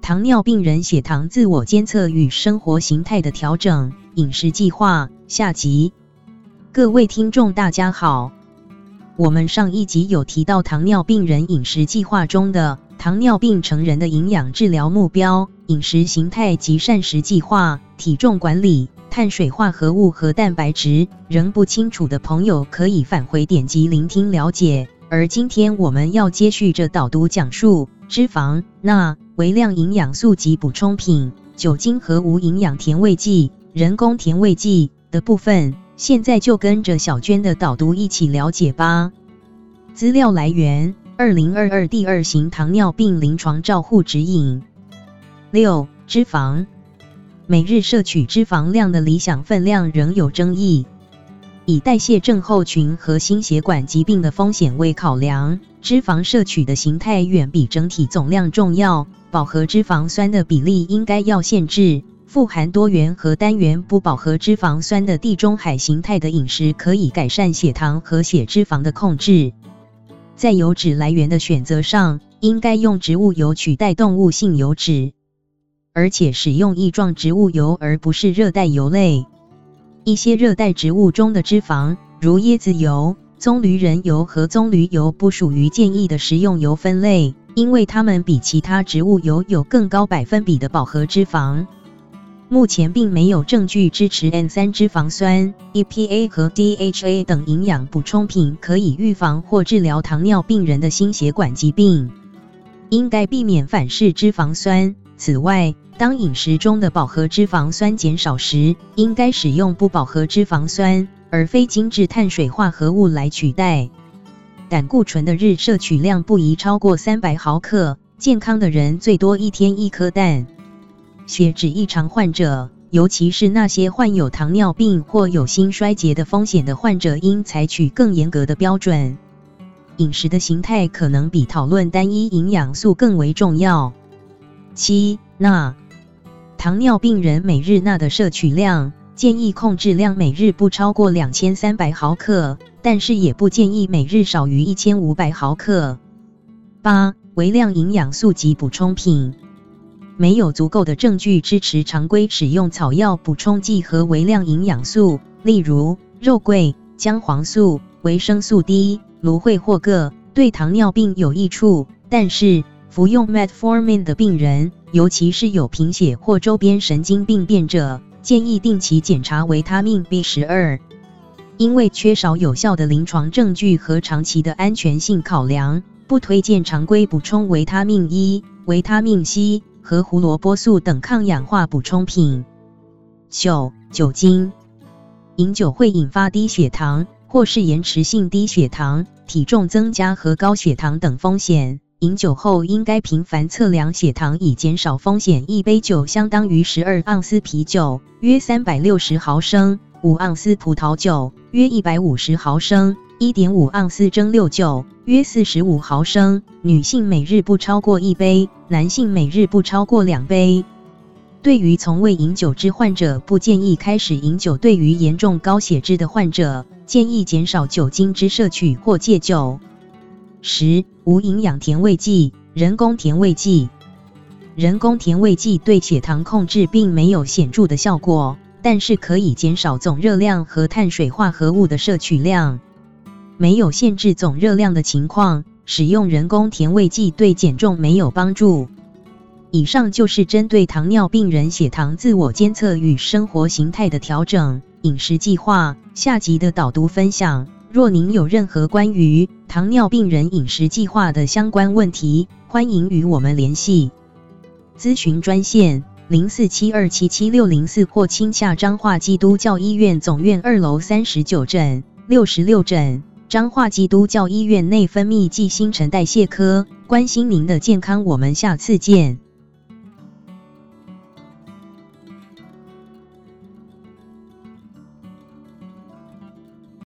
糖尿病人血糖自我监测与生活形态的调整，饮食计划下集。各位听众大家好，我们上一集有提到糖尿病人饮食计划中的糖尿病成人的营养治疗目标、饮食形态及膳食计划、体重管理、碳水化合物和蛋白质，仍不清楚的朋友可以返回点击聆听了解。而今天我们要接续着导读讲述脂肪、钠、微量营养素及补充品、酒精和无营养甜味剂、人工甜味剂的部分。现在就跟着小娟的导读一起了解吧。资料来源：2022第2型糖尿病临床照护指引。6. 脂肪。每日摄取脂肪量的理想分量仍有争议。以代谢症候群和心血管疾病的风险为考量，脂肪摄取的形态远比整体总量重要。饱和脂肪酸的比例应该要限制。富含多元和单元不饱和脂肪酸的地中海形态的饮食可以改善血糖和血脂肪的控制。在油脂来源的选择上，应该用植物油取代动物性油脂，而且使用液状植物油而不是热带油类。一些热带植物中的脂肪，如椰子油、棕榈仁油和棕榈油不属于建议的食用油分类，因为它们比其他植物油有更高百分比的饱和脂肪。目前并没有证据支持 N3 脂肪酸、EPA 和 DHA 等营养补充品可以预防或治疗糖尿病人的心血管疾病。应该避免反式脂肪酸。此外，当饮食中的饱和脂肪酸减少时，应该使用不饱和脂肪酸，而非精制碳水化合物来取代。胆固醇的日摄取量不宜超过300毫克，健康的人最多一天1颗蛋。血脂异常患者，尤其是那些患有糖尿病或有心衰竭的风险的患者，应采取更严格的标准。饮食的形态可能比讨论单一营养素更为重要。7. 钠。糖尿病人每日钠的摄取量，建议控制量每日不超过2300毫克，但是也不建议每日少于1500毫克。8. 微量营养素及补充品。没有足够的证据支持常规使用草药补充剂和微量营养素，例如肉桂、姜黄素、维生素 D、芦荟或铬，对糖尿病有益处。但是，服用 Metformin 的病人，尤其是有贫血或周边神经病变者，建议定期检查维他命 B12。因为缺少有效的临床证据和长期的安全性考量，不推荐常规补充维他命 E、维他命 C。和胡萝卜素等抗氧化补充品。9. 酒精。饮酒会引发低血糖，或是延迟性低血糖、体重增加和高血糖等风险。饮酒后应该频繁测量血糖以减少风险。一杯酒相当于12盎司啤酒，约360毫升；5盎司葡萄酒，约150毫升；1.5盎司蒸馏酒，约45毫升。女性每日不超过1杯，男性每日不超过2杯。对于从未饮酒之患者，不建议开始饮酒。对于严重高血脂的患者，建议减少酒精之摄取或戒酒。10. 无营养甜味剂、人工甜味剂。人工甜味剂对血糖控制并没有显著的效果，但是可以减少总热量和碳水化合物的摄取量。没有限制总热量的情况，使用人工甜味剂对减重没有帮助。以上就是针对糖尿病人血糖自我监测与生活形态的调整、饮食计划下集的导读分享。若您有任何关于糖尿病人饮食计划的相关问题，欢迎与我们联系。咨询专线0472777604或亲洽彰化基督教医院总院2楼39诊、66诊。彰化基督教医院内分泌暨新陈代谢科，关心您的健康，我们下次见。